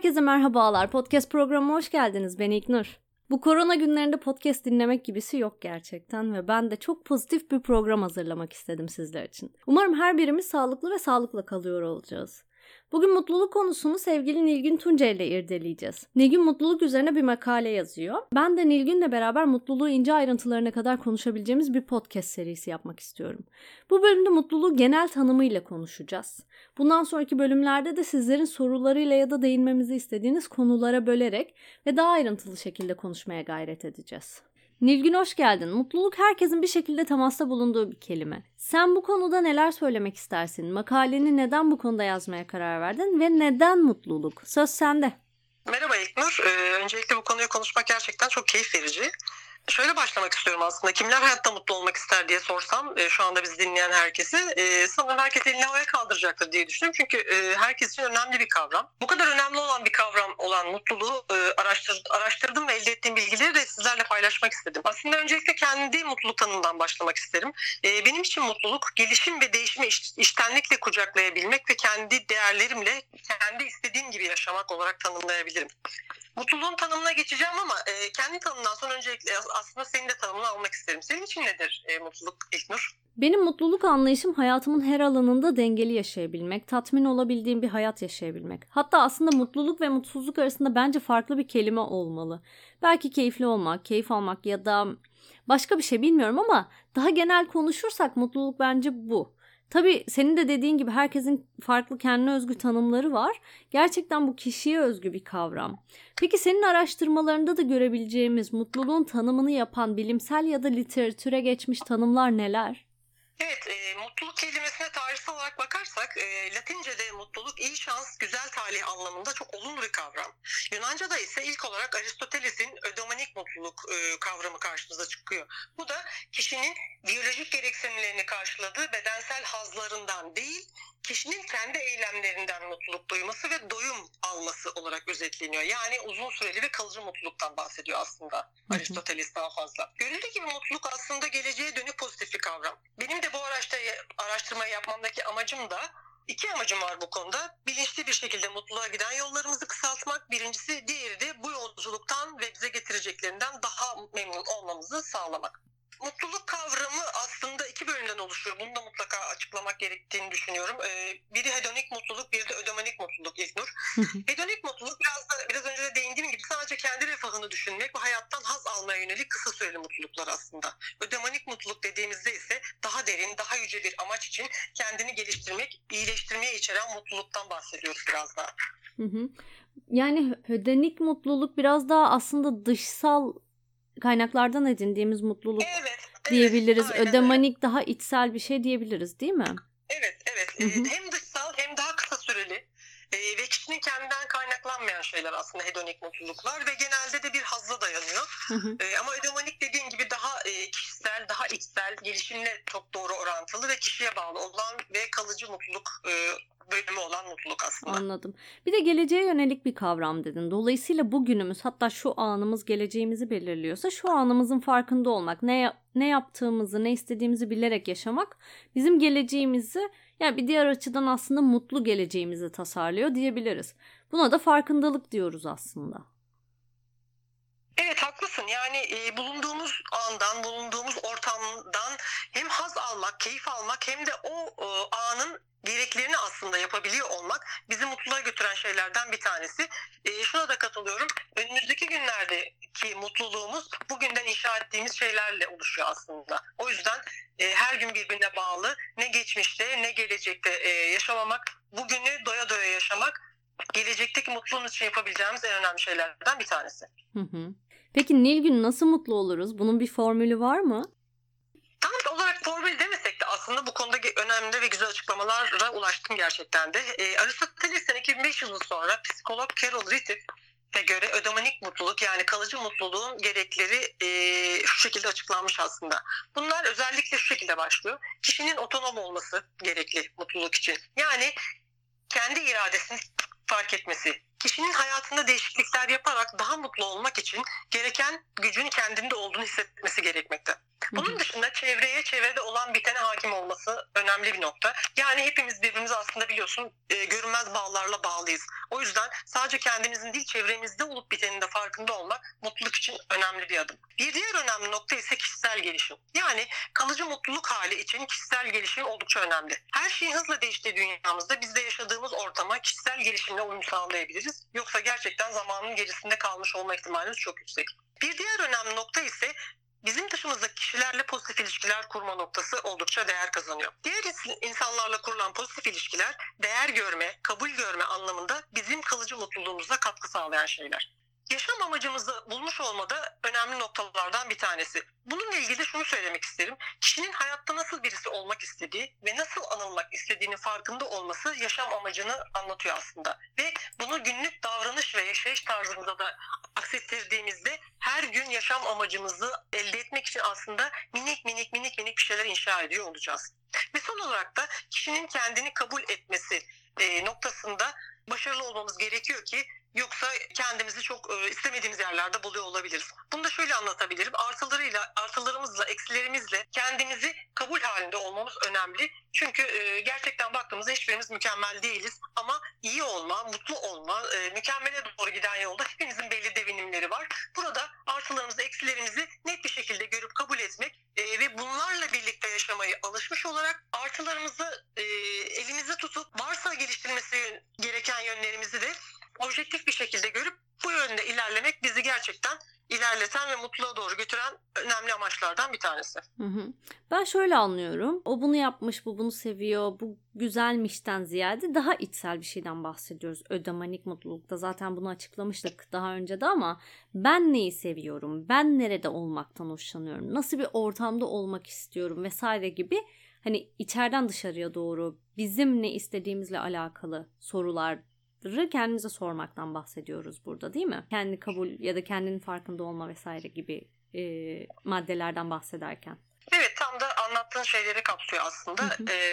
Herkese merhabalar. Podcast programıma hoş geldiniz. Ben İlknur. Bu korona günlerinde podcast dinlemek gibisi yok gerçekten ve ben de çok pozitif bir program hazırlamak istedim sizler için. Umarım her birimiz sağlıklı ve sağlıkla kalıyor olacağız. Bugün mutluluk konusunu sevgili Nilgün Tunca ile irdeleyeceğiz. Nilgün mutluluk üzerine bir makale yazıyor. Ben de Nilgün'le beraber mutluluğu ince ayrıntılarına kadar konuşabileceğimiz bir podcast serisi yapmak istiyorum. Bu bölümde mutluluğu genel tanımıyla konuşacağız. Bundan sonraki bölümlerde de sizlerin sorularıyla ya da değinmemizi istediğiniz konulara bölerek ve daha ayrıntılı şekilde konuşmaya gayret edeceğiz. Nilgün hoş geldin. Mutluluk herkesin bir şekilde temasta bulunduğu bir kelime. Sen bu konuda neler söylemek istersin? Makaleni neden bu konuda yazmaya karar verdin ve neden mutluluk? Söz sende. Merhaba İlknur. Öncelikle bu konuyu konuşmak gerçekten çok keyif verici. Şöyle başlamak istiyorum aslında. Kimler hayatta mutlu olmak ister diye sorsam şu anda bizi dinleyen herkese sanırım herkes elini havaya kaldıracaktır diye düşünüyorum. Çünkü herkes için önemli bir kavram. Bu kadar önemli olan bir kavram olan mutluluğu araştırdım ve elde ettiğim bilgileri de sizlerle paylaşmak istedim. Aslında öncelikle kendi mutluluk tanımından başlamak isterim. Benim için mutluluk gelişim ve değişimi içtenlikle kucaklayabilmek ve kendi değerlerimle kendi istediğim gibi yaşamak olarak tanımlayabilirim. Mutluluğun tanımına geçeceğim ama kendi tanımından sonra öncelikle aslında senin de tanımını almak isterim. Senin için nedir mutluluk İlknur? Benim mutluluk anlayışım hayatımın her alanında dengeli yaşayabilmek, tatmin olabildiğim bir hayat yaşayabilmek. Hatta aslında mutluluk ve mutsuzluk arasında bence farklı bir kelime olmalı. Belki keyifli olmak, keyif almak ya da başka bir şey bilmiyorum ama daha genel konuşursak mutluluk bence bu. Tabii senin de dediğin gibi herkesin farklı kendine özgü tanımları var. Gerçekten bu kişiye özgü bir kavram. Peki senin araştırmalarında da görebileceğimiz mutluluğun tanımını yapan bilimsel ya da literatüre geçmiş tanımlar neler? Evet, mutluluk kelimesine tarihsel olarak bakarsak Latince'de mutluluk iyi şans, güzel talih anlamında çok olumlu bir kavram. Yunanca'da ise ilk olarak Aristoteles'in ödemonik mutluluk kavramı karşımıza çıkıyor. Bu da kişinin biyolojik gereksinimlerini karşıladığı bedensel hazlarından değil, kişinin kendi eylemlerinden mutluluk duyması ve doyum alması olarak özetleniyor. Yani uzun süreli ve kalıcı mutluluktan bahsediyor aslında Aristoteles daha fazla. Görüldüğü gibi mutluluk aslında geleceğe dönük pozitif bir kavram. Benim de bu araştırmayı yapmamdaki amacım da İki amacım var bu konuda. Bilinçli bir şekilde mutluluğa giden yollarımızı kısaltmak. Birincisi, diğeri de bu yolculuktan ve bize getireceklerinden daha memnun olmamızı sağlamak. Mutluluk kavramı aslında iki bölümden oluşuyor. Bunu da mutlaka açıklamak gerektiğini düşünüyorum. Biri hedonik mutluluk, biri de ödemonik mutluluk İlknur. Hedonik mutluluk biraz önce de değindiğim gibi sadece kendi refahını düşünmek ve hayattan haz almaya yönelik kısa süreli mutluluklar aslında. Ödemonik mutluluk dediğimizde ise daha derin, daha yüce bir amaç için kendini geliştirmek, iyileştirmeye içeren mutluluktan bahsediyoruz biraz daha. Yani hedonik mutluluk biraz daha aslında dışsal kaynaklardan edindiğimiz mutluluk diyebiliriz. Aynen, ödemonik daha içsel bir şey diyebiliriz değil mi? Evet. Hem dışsal hem daha kısa süreli ve kişinin kendinden kaynaklanmayan şeyler aslında hedonik mutluluklar ve genelde de bir hazza dayanıyor. Ama ödemonik dediğin gibi daha kişisel, daha içsel, gelişimle çok doğru orantılı ve kişiye bağlı olan ve kalıcı mutluluk bölümü olan mutluluk aslında. Anladım. Bir de geleceğe yönelik bir kavram dedin. Dolayısıyla bugünümüz, hatta şu anımız geleceğimizi belirliyorsa şu anımızın farkında olmak, ne yaptığımızı, ne istediğimizi bilerek yaşamak bizim geleceğimizi, yani bir diğer açıdan aslında mutlu geleceğimizi tasarlıyor diyebiliriz. Buna da farkındalık diyoruz aslında. Evet, haklısın. Yani bulunduğumuz andan, bulunduğumuz ortamdan hem haz almak, keyif almak hem de o anın gereklerini aslında yapabiliyor olmak bizi mutluluğa götüren şeylerden bir tanesi. Şuna da katılıyorum. Önümüzdeki günlerdeki mutluluğumuz bugünden inşa ettiğimiz şeylerle oluşuyor aslında. O yüzden her gün birbirine bağlı, ne geçmişte ne gelecekte yaşamamak, bugünü doya doya yaşamak gelecekteki mutluluğumuz için yapabileceğimiz en önemli şeylerden bir tanesi. Peki Nilgün, nasıl mutlu oluruz? Bunun bir formülü var mı? Tam olarak formül demesek de aslında bu konuda önemli ve güzel açıklamalara ulaştım gerçekten de. Aristoteles'ten 2500 yıl sonra psikolog Carol Rittiff'e göre ödemonik mutluluk, yani kalıcı mutluluğun gerekleri şu şekilde açıklanmış aslında. Bunlar özellikle şu şekilde başlıyor. Kişinin otonom olması gerekli mutluluk için. Yani kendi iradesini fark etmesi, kişinin hayatında değişiklikler yaparak daha mutlu olmak için gereken gücün kendinde olduğunu hissetmesi gerekmekte. Bunun dışında çevrede olan bitene hakim olması önemli bir nokta. Yani hepimiz birbirimize aslında biliyorsun görünmez bağlarla bağlıyız. O yüzden sadece kendimizin değil çevremizde olup bitenin de farkında olmak mutluluk için önemli bir adım. Bir diğer önemli nokta ise kişisel gelişim. Yani kalıcı mutluluk hali için kişisel gelişim oldukça önemli. Her şeyin hızla değiştiği dünyamızda biz de yaşadığımız ortama kişisel gelişimle uyum sağlayabiliriz. Yoksa gerçekten zamanın gerisinde kalmış olma ihtimalimiz çok yüksek. Bir diğer önemli nokta ise bizim dışımızdaki kişilerle pozitif ilişkiler kurma noktası oldukça değer kazanıyor. Diğer insanlarla kurulan pozitif ilişkiler değer görme, kabul görme anlamında bizim kalıcı mutluluğumuza katkı sağlayan şeyler. Yaşam amacımızı bulmuş olmada önemli noktalardan bir tanesi. Bununla ilgili şunu söylemek isterim. Kişinin hayatta nasıl birisi olmak istediği ve nasıl anılmak istediğinin farkında olması yaşam amacını anlatıyor aslında. Ve bunu günlük davranış ve yaşayış tarzımıza da aksettirdiğimizde her gün yaşam amacımızı elde etmek için aslında minik bir şeyler inşa ediyor olacağız. Ve son olarak da kişinin kendini kabul etmesi noktasında başarılı olmamız gerekiyor ki yoksa kendimizi çok istemediğimiz yerlerde buluyor olabiliriz. Bunu da şöyle anlatabilirim. Artılarımızla, eksilerimizle kendimizi kabul halinde olmamız önemli. Çünkü gerçekten baktığımızda hiçbirimiz mükemmel değiliz. Ama iyi olma, mutlu olma, mükemmele doğru giden yolda hepimizin belli devinimleri var. Burada artılarımızı, eksilerimizi net bir şekilde görüp kabul etmek ve bunlarla birlikte yaşamaya alışmış olarak artılarımızı elimize tutup varsa geliştirmesi gereken yönlerimizi de objektif bir şekilde görüp bu yönde ilerlemek bizi gerçekten ilerleten ve mutluluğa doğru götüren önemli amaçlardan bir tanesi. Ben şöyle anlıyorum. O bunu yapmış, bu bunu seviyor, bu güzelmişten ziyade daha içsel bir şeyden bahsediyoruz. Ödemanik mutlulukta zaten bunu açıklamıştık daha önce de ama ben neyi seviyorum, ben nerede olmaktan hoşlanıyorum, nasıl bir ortamda olmak istiyorum vesaire gibi hani içeriden dışarıya doğru bizim ne istediğimizle alakalı soruları kendimize sormaktan bahsediyoruz burada değil mi? Kendi kabul ya da kendinin farkında olma vesaire gibi maddelerden bahsederken. Evet, tam da anlattığın şeyleri kapsıyor aslında.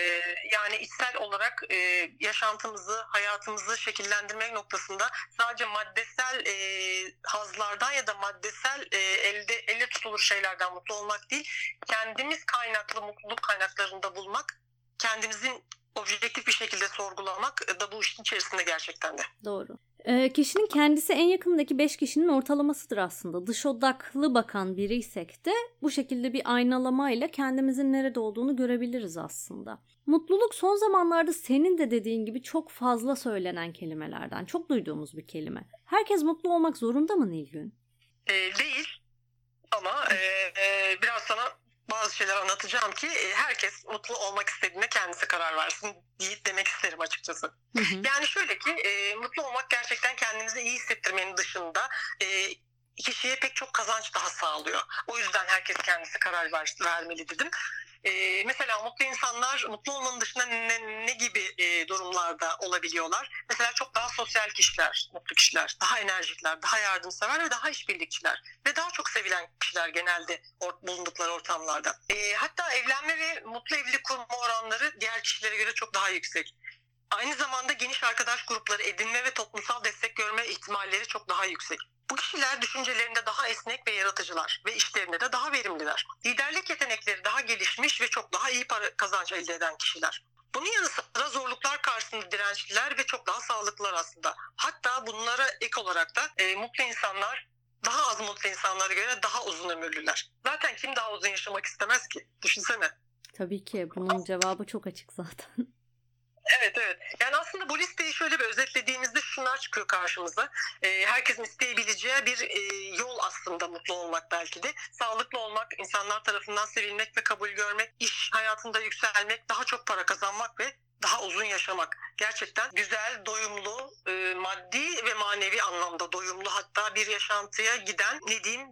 Yani içsel olarak yaşantımızı, hayatımızı şekillendirmek noktasında sadece maddesel hazlardan ya da maddesel elle tutulur şeylerden mutlu olmak değil, kendimiz kaynaklı mutluluk kaynaklarında bulmak, kendimizin objektif bir şekilde sorgulamak da bu işin içerisinde gerçekten de. Doğru. Kişinin kendisi en yakındaki 5 kişinin ortalamasıdır aslında. Dış odaklı bakan biriysek de bu şekilde bir aynalamayla kendimizin nerede olduğunu görebiliriz aslında. Mutluluk son zamanlarda senin de dediğin gibi çok fazla söylenen kelimelerden, çok duyduğumuz bir kelime. Herkes mutlu olmak zorunda mı Nilgün? Değil ama biraz sana bazı şeyler anlatacağım ki herkes mutlu olmak istediğine kendisi karar versin demek isterim açıkçası. Yani şöyle ki mutlu olmak gerçekten kendimizi iyi hissettirmenin dışında kişiye pek çok kazanç daha sağlıyor. O yüzden herkes kendisi karar vermeli dedim. Mesela mutlu insanlar mutlu olmanın dışında ne gibi durumlarda olabiliyorlar? Mesela çok daha sosyal kişiler, mutlu kişiler, daha enerjikler, daha yardımsever ve daha işbirlikçiler ve daha çok sevilen kişiler genelde bulundukları ortamlarda. Hatta evlenme ve mutlu evlilik kurma oranları diğer kişilere göre çok daha yüksek. Aynı zamanda geniş arkadaş grupları edinme ve toplumsal destek görme ihtimalleri çok daha yüksek. Bu kişiler düşüncelerinde daha esnek ve yaratıcılar ve işlerinde de daha verimliler. Liderlik yetenekleri daha gelişmiş ve çok daha iyi para kazanç elde eden kişiler. Bunun yanı sıra zorluklar karşısında dirençliler ve çok daha sağlıklılar aslında. Hatta bunlara ek olarak da mutlu insanlar daha az mutlu insanlara göre daha uzun ömürlüler. Zaten kim daha uzun yaşamak istemez ki? Düşünsene. Tabii ki bunun cevabı çok açık zaten. Evet. Yani aslında bu listeyi şöyle bir özetlediğimizde şunlar çıkıyor karşımıza. Herkesin isteyebileceği bir yol aslında mutlu olmak belki de. Sağlıklı olmak, insanlar tarafından sevilmek ve kabul görmek, iş hayatında yükselmek, daha çok para kazanmak ve daha uzun yaşamak. Gerçekten güzel, doyumlu, maddi ve manevi anlamda doyumlu, hatta bir yaşantıya giden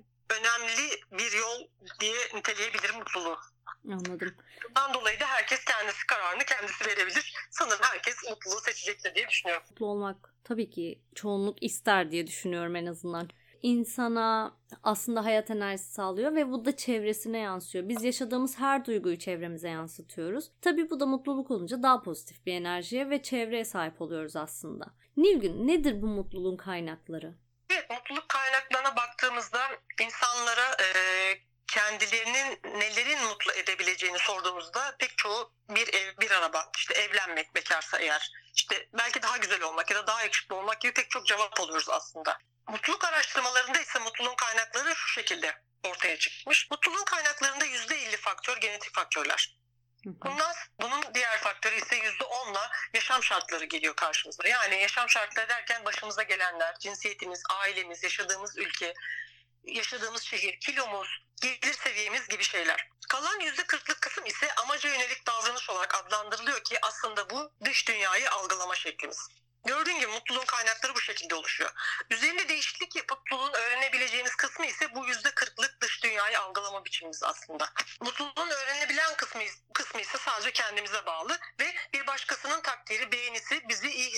önemli bir yol diye niteleyebilirim mutluluğu. Anladım. Bundan dolayı da herkes kendisi kararını kendisi verebilir. Sanırım herkes mutluluğu seçecektir diye düşünüyorum. Mutlu olmak tabii ki çoğunluk ister diye düşünüyorum en azından. insana aslında hayat enerjisi sağlıyor ve bu da çevresine yansıyor. Biz yaşadığımız her duyguyu çevremize yansıtıyoruz. Tabii bu da mutluluk olunca daha pozitif bir enerjiye ve çevreye sahip oluyoruz aslında. Nilgün, nedir bu mutluluğun kaynakları? Evet, mutluluk kaynaklarına baktığımızda insanlara kendilerinin nelerin mutlu edebileceğini sorduğumuzda pek çoğu bir ev, bir araba, işte evlenmek bekarsa eğer, işte belki daha güzel olmak ya da daha yakışıklı olmak gibi pek çok cevap alıyoruz aslında. Mutluluk araştırmalarında ise mutluluğun kaynakları şu şekilde ortaya çıkmış. Mutluluğun kaynaklarında %50 faktör genetik faktörler. Bunun diğer faktörü ise %10'la yaşam şartları geliyor karşımıza. Yani yaşam şartları derken başımıza gelenler, cinsiyetimiz, ailemiz, yaşadığımız ülke, yaşadığımız şehir, kilomuz, gelir seviyemiz gibi şeyler. Kalan %40'lık kısım ise amaca yönelik davranış olarak adlandırılıyor ki aslında bu dış dünyayı algılama şeklimiz. Gördüğün gibi mutluluğun kaynakları bu şekilde oluşuyor. Üzerinde değişiklik yapıp mutluluğun öğrenebileceğimiz kısmı ise bu %40'lık dış dünyayı algılama biçimimiz aslında. Mutluluğun öğrenebilen kısmı ise sadece kendimize bağlı ve bir başkasının takdiri, beğenisi bizi iyi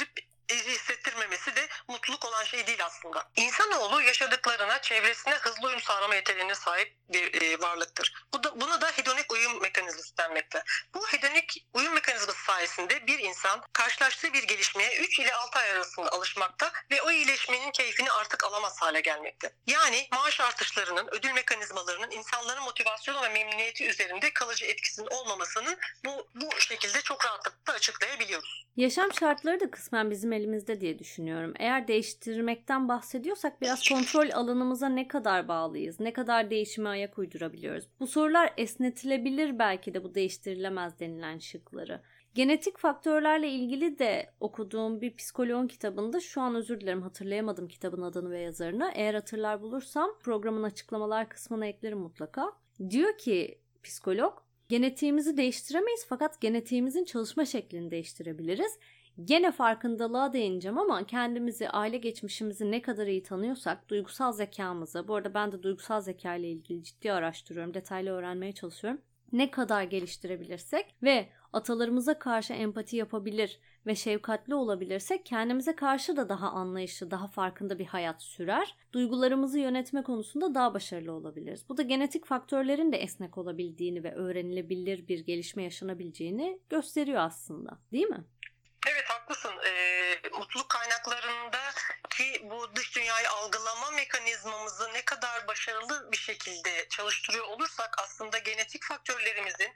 hissettirmemesi de mutluluk olan şey değil aslında. İnsanoğlu yaşadıklarına, çevresine hızlı uyum sağlama yeteneğine sahip bir varlıktır. Buna da hedonik uyum mekanizması denmekte. Bu hedonik uyum mekanizması sayesinde bir insan karşılaştığı bir gelişmeye 3 ile 6 ay arasında alışmakta ve o iyileşmenin keyfini artık alamaz hale gelmekte. Yani maaş artışlarının, ödül mekanizmalarının insanların motivasyonu ve memnuniyeti üzerinde kalıcı etkisinin olmamasının bu şekilde çok rahatlıkla açıklayabiliyoruz. Yaşam şartları da kısmen bizim elimizde diye düşünüyorum. Eğer değiştirmekten bahsediyorsak biraz kontrol alanımıza ne kadar bağlıyız? Ne kadar değişime ayak uydurabiliyoruz? Bu sorular esnetilebilir belki de bu değiştirilemez denilen şıkları. Genetik faktörlerle ilgili de okuduğum bir psikoloğun kitabında, şu an özür dilerim hatırlayamadım kitabın adını ve yazarını. Eğer hatırlar bulursam programın açıklamalar kısmına eklerim mutlaka. Diyor ki psikolog, genetiğimizi değiştiremeyiz fakat genetiğimizin çalışma şeklini değiştirebiliriz. Gene farkındalığa değineceğim ama kendimizi, aile geçmişimizi ne kadar iyi tanıyorsak, duygusal zekamızı, bu arada ben de duygusal zeka ile ilgili ciddi araştırıyorum, detaylı öğrenmeye çalışıyorum. Ne kadar geliştirebilirsek ve atalarımıza karşı empati yapabilir ve şefkatli olabilirsek kendimize karşı da daha anlayışlı, daha farkında bir hayat sürer. Duygularımızı yönetme konusunda daha başarılı olabiliriz. Bu da genetik faktörlerin de esnek olabildiğini ve öğrenilebilir bir gelişme yaşanabileceğini gösteriyor aslında, değil mi? Evet, haklısın. Mutluluk kaynaklarındaki bu dış dünyayı algılama mekanizmamızı ne kadar başarılı bir şekilde çalıştırıyor olursak aslında genetik faktörlerimizin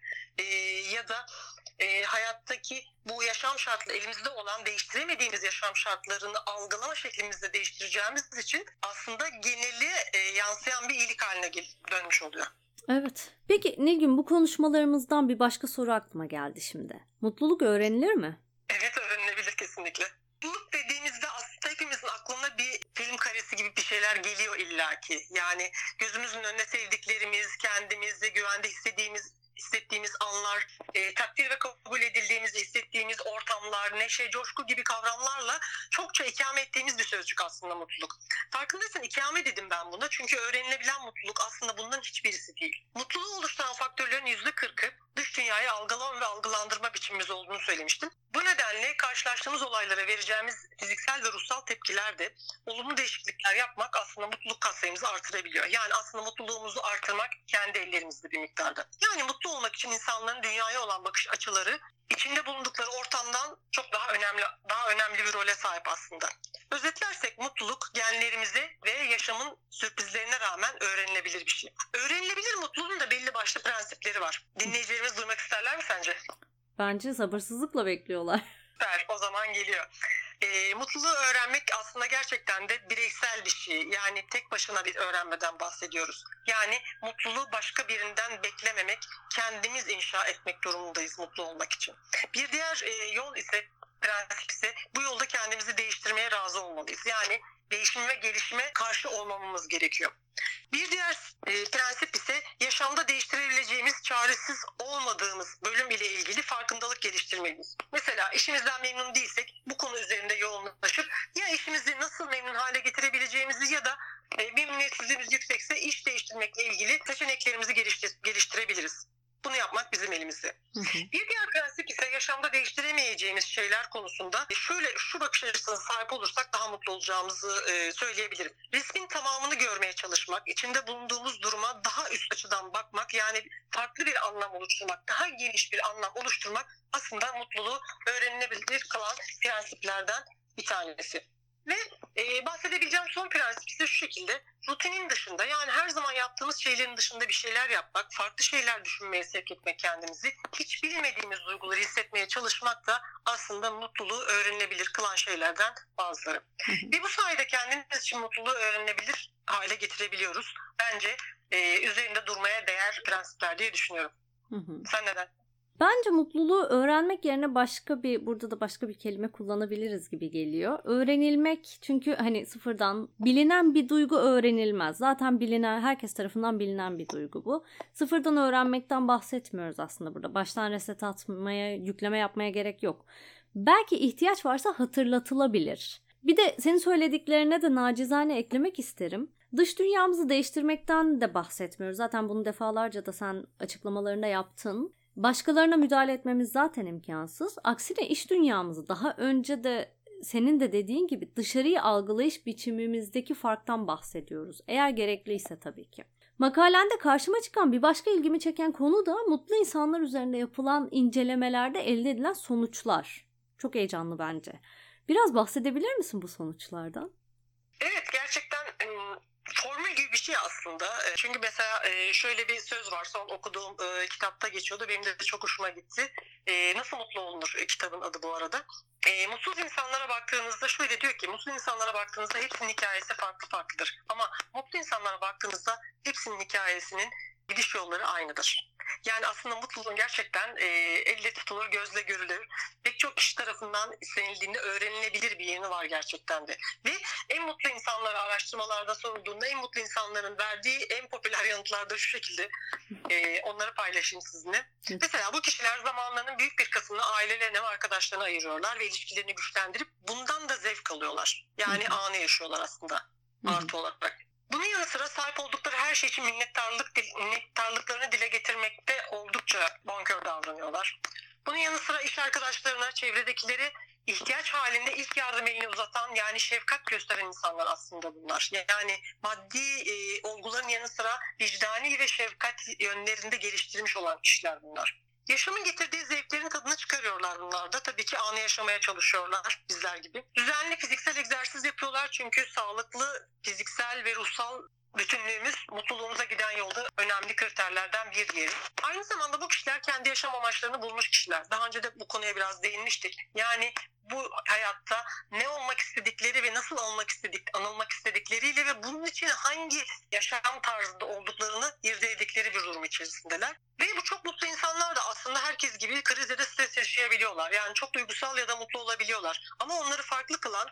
ya da hayattaki bu yaşam şartları, elimizde olan değiştiremediğimiz yaşam şartlarını algılama şeklimizde değiştireceğimiz için aslında geneli yansıyan bir iyilik haline dönmüş oluyor. Evet. Peki Nilgün, bu konuşmalarımızdan bir başka soru aklıma geldi şimdi. Mutluluk öğrenilir mi? Evet, öğrenilebilir kesinlikle. Mutluluk dediğimizde aslında hepimizin aklına bir film karesi gibi bir şeyler geliyor illaki. Yani gözümüzün önüne sevdiklerimiz, kendimizi güvende hissettiğimiz anlar, takdir ve kabul edildiğimizi hissettiğimiz ortamlar, neşe, coşku gibi kavramlarla çokça ikame ettiğimiz bir sözcük aslında mutluluk. Farkındaysan ikame dedim ben buna çünkü öğrenilebilen mutluluk aslında bundan hiçbirisi değil. Mutluluğu oluşturan faktörlerin %40'ı dış dünyayı algılama ve algılandırma biçimimiz olduğunu söylemiştim. Bu nedenle karşılaştığımız olaylara vereceğimiz fiziksel ve ruhsal tepkiler de olumlu değişiklikler yapmak aslında mutluluk katsayımızı artırabiliyor. Yani aslında mutluluğumuzu artırmak kendi ellerimizde bir miktarda. Yani mutlu olmak için insanların dünyaya olan bakış açıları içinde bulundukları ortamdan çok daha önemli bir role sahip aslında. Özetlersek mutluluk genlerimize ve yaşamın sürprizlerine rağmen öğrenilebilir bir şey. Öğrenilebilir mutluluğun da belli başlı prensipleri var. Dinleyicilerimiz duymak isterler mi sence? Bence sabırsızlıkla bekliyorlar. Süper, o zaman geliyor. Mutluluğu öğrenmek aslında gerçekten de bireysel bir şey. Yani tek başına bir öğrenmeden bahsediyoruz. Yani mutluluğu başka birinden beklememek, kendimiz inşa etmek durumundayız mutlu olmak için. Bir diğer yol ise, prensip ise bu yolda kendimizi değiştirmeye razı olmalıyız. Yani değişime ve gelişime karşı olmamamız gerekiyor. Bir diğer prensip ise yaşamda değiştirebileceğimiz, çaresiz olmadığımız bölüm ile ilgili farkındalık geliştirmeliyiz. Mesela işimizden memnun değilsek bu konu üzerinde yoğunlaşıp ya işimizi nasıl memnun hale getirebileceğimizi ya da memnuniyetsizliğimiz yüksekse iş değiştirmekle ilgili seçeneklerimizi geliştirebiliriz. Bunu yapmak bizim elimizde. Bir diğer prensip ise yaşamda değiştiremeyeceğimiz şeyler konusunda şu bakış açısına sahip olursak daha mutlu olacağımızı söyleyebilirim. Resmin tamamını görmeye çalışmak, içinde bulunduğumuz duruma daha üst açıdan bakmak, yani farklı bir anlam oluşturmak, daha geniş bir anlam oluşturmak aslında mutluluğu öğrenilebilir kılan prensiplerden bir tanesi. Ve bahsedebileceğim son prensip ise şu şekilde: rutinin dışında, yani her zaman yaptığımız şeylerin dışında bir şeyler yapmak, farklı şeyler düşünmeye sevk etmek kendimizi, hiç bilmediğimiz duyguları hissetmeye çalışmak da aslında mutluluğu öğrenilebilir kılan şeylerden bazıları. Ve bu sayede kendimiz için mutluluğu öğrenilebilir hale getirebiliyoruz. Bence üzerinde durmaya değer prensipler diye düşünüyorum. Sen neden? Bence mutluluğu öğrenmek yerine burada da başka bir kelime kullanabiliriz gibi geliyor. Öğrenilmek, çünkü hani sıfırdan bilinen bir duygu öğrenilmez. Zaten bilinen, herkes tarafından bilinen bir duygu bu. Sıfırdan öğrenmekten bahsetmiyoruz aslında burada. Baştan reset atmaya, yükleme yapmaya gerek yok. Belki ihtiyaç varsa hatırlatılabilir. Bir de senin söylediklerine de nacizane eklemek isterim. Dış dünyamızı değiştirmekten de bahsetmiyoruz. Zaten bunu defalarca da sen açıklamalarında yaptın. Başkalarına müdahale etmemiz zaten imkansız. Aksine iç dünyamızı, daha önce de senin de dediğin gibi, dışarıyı algılayış biçimimizdeki farktan bahsediyoruz. Eğer gerekliyse tabii ki. Makalende karşıma çıkan bir başka ilgimi çeken konu da mutlu insanlar üzerinde yapılan incelemelerde elde edilen sonuçlar. Çok heyecanlı bence. Biraz bahsedebilir misin bu sonuçlardan? Evet, gerçekten formül gibi bir şey aslında. Çünkü mesela şöyle bir söz var, son okuduğum kitapta geçiyordu. Benim de çok hoşuma gitti. Nasıl Mutlu Olunur kitabın adı bu arada. Mutsuz insanlara baktığınızda şöyle diyor ki: mutsuz insanlara baktığınızda hepsinin hikayesi farklıdır. Ama mutlu insanlara baktığınızda hepsinin hikayesinin gidiş yolları aynıdır. Yani aslında mutluluğun gerçekten elle tutulur, gözle görülür, pek çok kişi tarafından istenildiğinde öğrenilebilir bir yanı var gerçekten de. Ve en mutlu insanlara araştırmalarda sorulduğunda en mutlu insanların verdiği en popüler yanıtlarda şu şekilde, onları paylaşayım sizinle. Mesela bu kişiler zamanlarının büyük bir kısmını ailelerine ve arkadaşlarına ayırıyorlar ve ilişkilerini güçlendirip bundan da zevk alıyorlar. Yani anı yaşıyorlar aslında artı olarak. Bunun yanı sıra sahip oldukları her şey için minnettarlıklarını dile getirmekte oldukça bonkör davranıyorlar. Bunun yanı sıra iş arkadaşlarına, çevredekileri ihtiyaç halinde ilk yardım elini uzatan, yani şefkat gösteren insanlar aslında bunlar. Yani maddi olguların yanı sıra vicdani ve şefkat yönlerinde geliştirmiş olan kişiler bunlar. Yaşamın getirdiği zevklerin tadını çıkarıyorlar bunlar da. Tabii ki anı yaşamaya çalışıyorlar bizler gibi. Düzenli fiziksel egzersiz yapıyorlar çünkü sağlıklı fiziksel ve ruhsal bütünlüğümüz mutluluğumuza giden yolda önemli kriterlerden bir diğeri. Aynı zamanda bu kişiler kendi yaşam amaçlarını bulmuş kişiler. Daha önce de bu konuya biraz değinmiştik. Yani bu hayatta ne olmak istedikleri ve nasıl anılmak istedikleriyle ve bunun için hangi yaşam tarzında olduklarını irdeledikleri bir durum içerisindeler. Ve bu çok mutlu insanlar da aslında herkes gibi kriz ya da stres yaşayabiliyorlar. Yani çok duygusal ya da mutlu olabiliyorlar. Ama onları farklı kılan,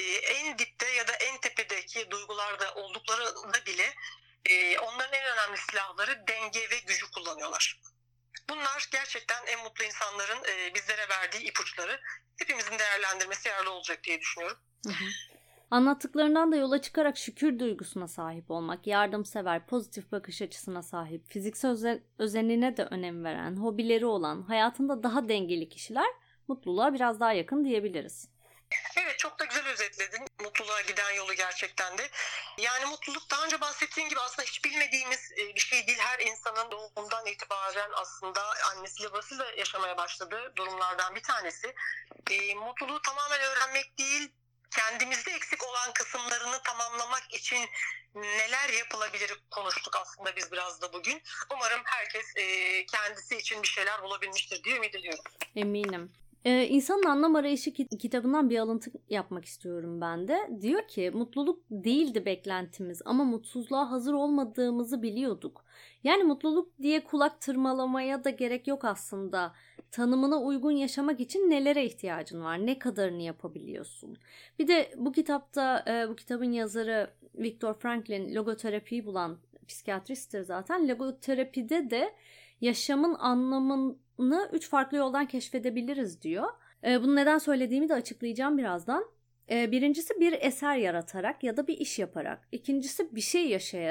en dipte ya da en tepedeki duygularda olduklarında bile onların en önemli silahları denge ve gücü kullanıyorlar. Bunlar gerçekten en mutlu insanların bizlere verdiği ipuçları. Hepimizin değerlendirmesi yararlı olacak diye düşünüyorum. Anlattıklarından da yola çıkarak şükür duygusuna sahip olmak, yardımsever, pozitif bakış açısına sahip, fiziksel özenine de önem veren, hobileri olan, hayatında daha dengeli kişiler mutluluğa biraz daha yakın diyebiliriz. Evet, çok da güzel özetledin mutluluğa giden yolu gerçekten de. Yani mutluluk, daha önce bahsettiğim gibi, aslında hiç bilmediğimiz bir şey değil. Her insanın doğumundan itibaren aslında annesiyle babasıyla yaşamaya başladığı durumlardan bir tanesi. Mutluluğu tamamen öğrenmek değil, kendimizde eksik olan kısımlarını tamamlamak için neler yapılabilir konuştuk aslında biz biraz da bugün. Umarım herkes kendisi için bir şeyler bulabilmiştir diye ümit ediyorum. Eminim. İnsanın Anlam Arayışı kitabından bir alıntı yapmak istiyorum ben de. Diyor ki, mutluluk değildi beklentimiz ama mutsuzluğa hazır olmadığımızı biliyorduk. Yani mutluluk diye kulak tırmalamaya da gerek yok aslında. Tanımına uygun yaşamak için nelere ihtiyacın var? Ne kadarını yapabiliyorsun? Bir de bu kitapta, bu kitabın yazarı Viktor Franklin logoterapiyi bulan psikiyatristtir zaten. Logoterapide de yaşamın anlamını 3 farklı yoldan keşfedebiliriz diyor. Bunu neden söylediğimi de açıklayacağım birazdan. Birincisi bir eser yaratarak ya da bir iş yaparak. İkincisi bir şey yaşayarak.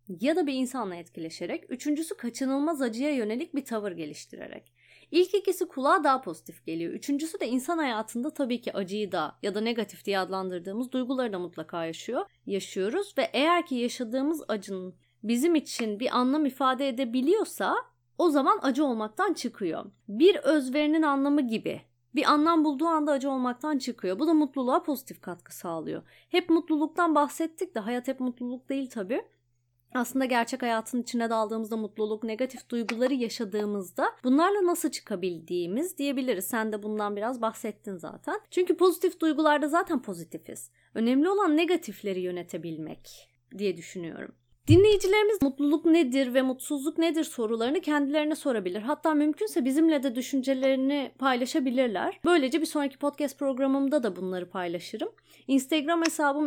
ya da bir insanla etkileşerek, üçüncüsü kaçınılmaz acıya yönelik bir tavır geliştirerek. İlk ikisi kulağa daha pozitif geliyor. Üçüncüsü de insan hayatında tabii ki acıyı da ya da negatif diye adlandırdığımız duyguları da mutlaka yaşıyoruz ve eğer ki yaşadığımız acının bizim için bir anlam ifade edebiliyorsa o zaman acı olmaktan çıkıyor. Bir özverinin anlamı gibi. Bir anlam bulduğu anda acı olmaktan çıkıyor. Bu da mutluluğa pozitif katkı sağlıyor. Hep mutluluktan bahsettik de hayat hep mutluluk değil tabii. Aslında gerçek hayatın içine daldığımızda mutluluk, negatif duyguları yaşadığımızda bunlarla nasıl çıkabildiğimiz diyebiliriz. Sen de bundan biraz bahsettin zaten. Çünkü pozitif duygularda zaten pozitifiz. Önemli olan negatifleri yönetebilmek diye düşünüyorum. Dinleyicilerimiz mutluluk nedir ve mutsuzluk nedir sorularını kendilerine sorabilir. Hatta mümkünse bizimle de düşüncelerini paylaşabilirler. Böylece bir sonraki podcast programımda da bunları paylaşırım. Instagram hesabım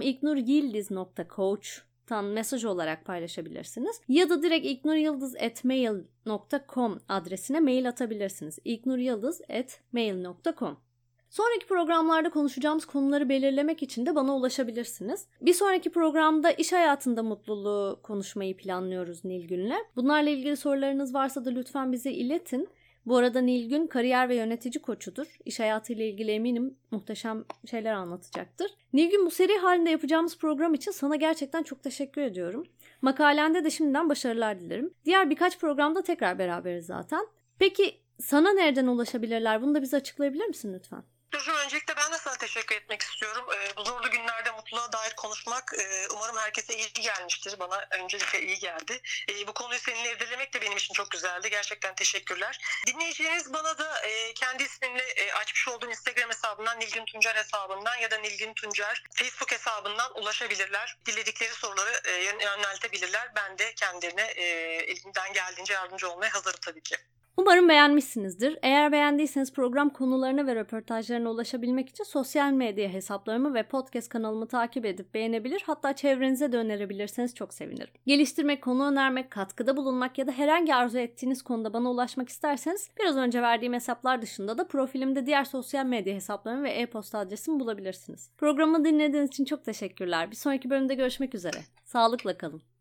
iknuryildiz.coach mesaj olarak paylaşabilirsiniz. Ya da direkt iknuryildiz@mail.com adresine mail atabilirsiniz. iknuryildiz@mail.com. Sonraki programlarda konuşacağımız konuları belirlemek için de bana ulaşabilirsiniz. Bir sonraki programda iş hayatında mutluluğu konuşmayı planlıyoruz Nilgün'le. Bunlarla ilgili sorularınız varsa da lütfen bize iletin. Bu arada Nilgün kariyer ve yönetici koçudur. İş hayatıyla ilgili eminim muhteşem şeyler anlatacaktır. Nilgün, bu seri halinde yapacağımız program için sana gerçekten çok teşekkür ediyorum. Makalende de şimdiden başarılar dilerim. Diğer birkaç programda tekrar beraberiz zaten. Peki sana nereden ulaşabilirler? Bunu da bize açıklayabilir misin lütfen? Öncelikle ben de sana teşekkür etmek istiyorum. Bu zorlu günlerde mutluluğa dair konuşmak umarım herkese iyi gelmiştir. Bana öncelikle iyi geldi. Bu konuyu seninle irdelemek de benim için çok güzeldi. Gerçekten teşekkürler. Dinleyicileriniz bana da kendi ismimle açmış olduğum Instagram hesabından, Nilgün Tuncer hesabından ya da Nilgün Tuncer Facebook hesabından ulaşabilirler. Diledikleri soruları yöneltebilirler. Ben de kendilerine elimden geldiğince yardımcı olmaya hazırım tabii ki. Umarım beğenmişsinizdir. Eğer beğendiyseniz program konularına ve röportajlarına ulaşabilmek için sosyal medya hesaplarımı ve podcast kanalımı takip edip beğenebilir, hatta çevrenize de önerebilirseniz çok sevinirim. Geliştirmek, konu önermek, katkıda bulunmak ya da herhangi arzu ettiğiniz konuda bana ulaşmak isterseniz biraz önce verdiğim hesaplar dışında da profilimde diğer sosyal medya hesaplarımı ve e-posta adresimi bulabilirsiniz. Programı dinlediğiniz için çok teşekkürler. Bir sonraki bölümde görüşmek üzere. Sağlıkla kalın.